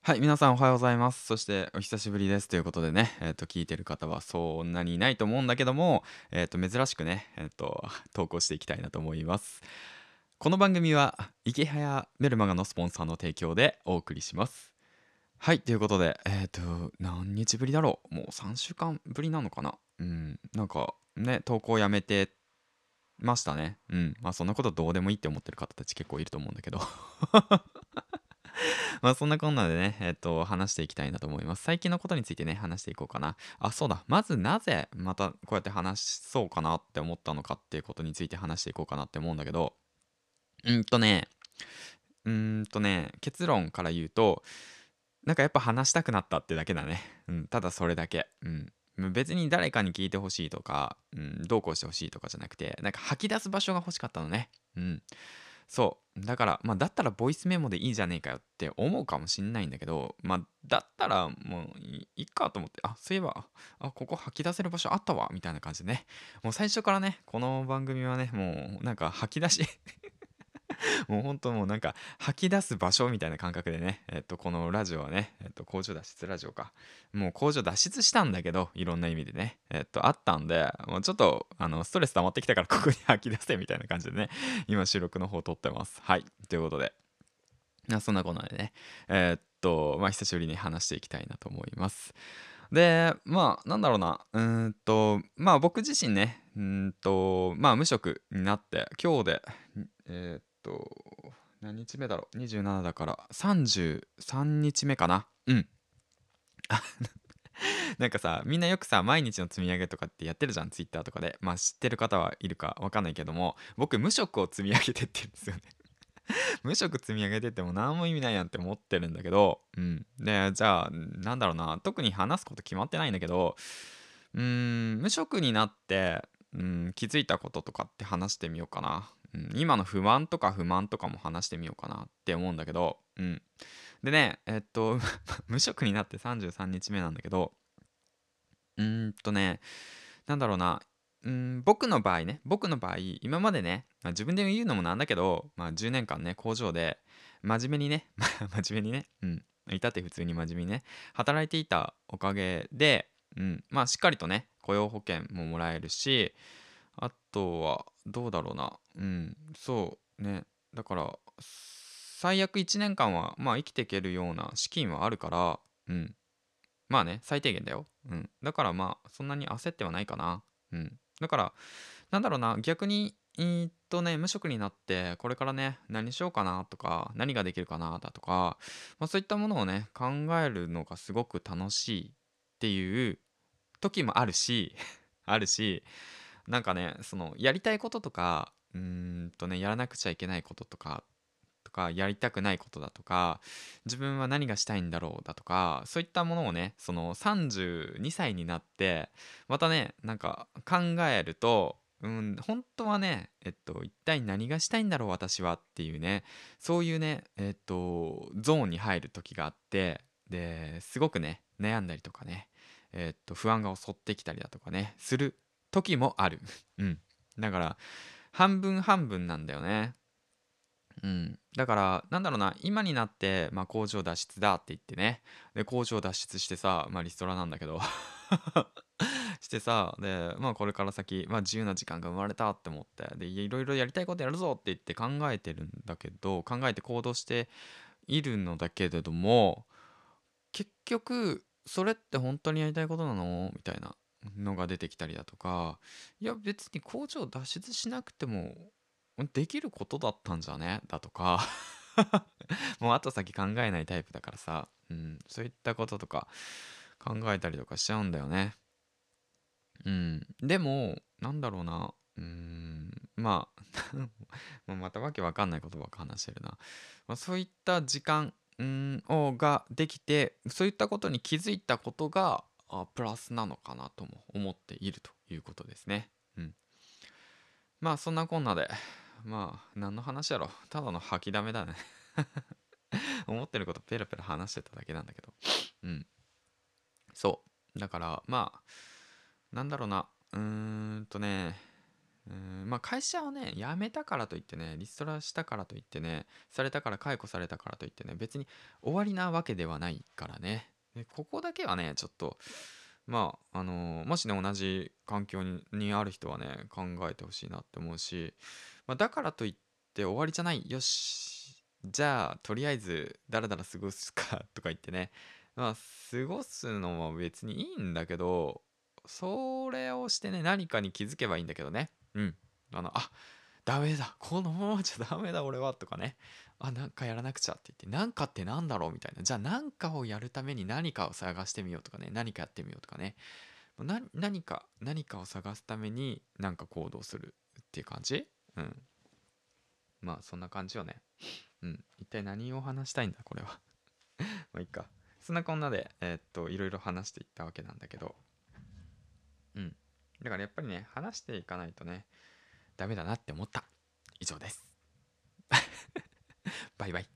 はい、皆さんおはようございます。そしてお久しぶりですということでね、聞いてる方はそんなにいないと思うんだけども、珍しくね、投稿していきたいなと思います。この番組は、池早メルマガのスポンサーの提供でお送りします。はい、ということで、何日ぶりだろう。もう3週間ぶりなのかな。なんかね、投稿やめてましたね。まあそんなことどうでもいいって思ってる方たち結構いると思うんだけど。まあそんなこんなでね、話していきたいなと思います。最近のことについてね、話していこうかな。あ、そうだ。まずなぜまたこうやって話そうかなって思ったのかっていうことについて話していこうかなって思うんだけど、うーんとね、結論から言うと、なんかやっぱ話したくなったってだけだね。ただそれだけ。別に誰かに聞いてほしいとか、どうこうしてほしいとかじゃなくて、なんか吐き出す場所が欲しかったのね。そう。だから、まあ、だったらボイスメモでいいじゃねえかよって思うかもしんないんだけど、まあ、だったらもういっかと思って、あ、そういえば、ここ吐き出せる場所あったわ、みたいな感じでね。もう最初からね、この番組はね、もうなんか吐き出しもうほんともうなんか吐き出す場所みたいな感覚でね、このラジオはね、工場脱出ラジオか。もう工場脱出したんだけど、いろんな意味でね、あったんで、もうちょっと、ストレス溜まってきたからここに吐き出せみたいな感じでね、今収録の方撮ってます。はい。ということで、そんなこんなでね、まあ、久しぶりに話していきたいなと思います。で、まあ、なんだろうな、まあ、僕自身ね、まあ、無職になって、今日で、何日目だろう、27だから、33日目かな。なんかさ、みんなよくさ、毎日の積み上げとかってやってるじゃん、ツイッターとかで。まあ、知ってる方はいるかわかんないけども、僕、無職を積み上げてって言うんですよね。無職積み上げてっても何も意味ないやんって思ってるんだけど、で、じゃあ、なんだろうな、特に話すこと決まってないんだけど、無職になって、気づいたこととかって話してみようかな。今の不安とか不満とかも話してみようかなって思うんだけど、でね、無職になって33日目なんだけど、なんだろうな、僕の場合、今までね、まあ、自分で言うのもなんだけど、まあ、10年間ね、工場で、真面目にね、真面目にね、いたって普通に真面目にね、働いていたおかげで、まあ、しっかりとね、雇用保険ももらえるし、あとは、どうだろうな、そうね、だから、最悪1年間は、まあ、生きていけるような資金はあるから、まあね、最低限だよ。だからまあ、そんなに焦ってはないかな。だから、なんだろうな、逆に、無職になって、これからね、何しようかなとか、何ができるかなだとか、まあそういったものをね、考えるのがすごく楽しいっていう時もあるし、あるし、なんかね、その、やりたいこととか、やらなくちゃいけないこととかやりたくないことだとか自分は何がしたいんだろうだとかそういったものをねその32歳になってまたねなんか考えると本当はね一体何がしたいんだろう私はっていうねそういうねゾーンに入る時があってですごくね悩んだりとかね不安が襲ってきたりだとかねする時もあるうんだから半分半分なんだよね。だから、なんだろうな、今になって、まあ、工場脱出だって言ってね、で、工場脱出してさ、まあ、リストラなんだけどしてさ、で、まあ、これから先、まあ、自由な時間が生まれたって思って、で、いろいろやりたいことやるぞって言って考えてるんだけど、考えて行動しているのだけれども、結局、それって本当にやりたいことなのみたいなのが出てきたりだとか、いや、別に工場脱出しなくてもできることだったんじゃねだとかもう後先考えないタイプだからさ、そういったこととか考えたりとかしちゃうんだよね。でも、なんだろうな、まあまたわけわかんないことばっか話してるな。まあ、そういった時間、ができて、そういったことに気づいたことが、プラスなのかなとも思っているということですね。まあ、そんなこんなで、まあ、何の話やろ。ただの吐きだめだね。思ってることペラペラ話してただけなんだけど。うん。そう。だから、まあ、なんだろうな。 まあ会社をね辞めたからといってね、リストラしたからといってね、されたから解雇されたからといってね、別に終わりなわけではないからね。でここだけはねちょっと、まあもしね同じ環境にある人はね考えてほしいなって思うし、まあ、だからといって終わりじゃない、よしじゃあとりあえずだらだら過ごすかとか言ってね、まあ過ごすのも別にいいんだけど、それをしてね何かに気づけばいいんだけどね。あ、ダメだ、このままじゃダメだ俺はとかね、なんかやらなくちゃって言って、なんかってなんだろうみたいな、じゃあなんかをやるために何かを探してみようとかね、何かやってみようとかね、何かを探すためになんか行動するっていう感じ。うん。まあそんな感じよね。一体何を話したいんだこれは。まあいいか。そんなこんなでいろいろ話していったわけなんだけど、だからやっぱりね話していかないとねダメだなって思った。以上です。バイバイ。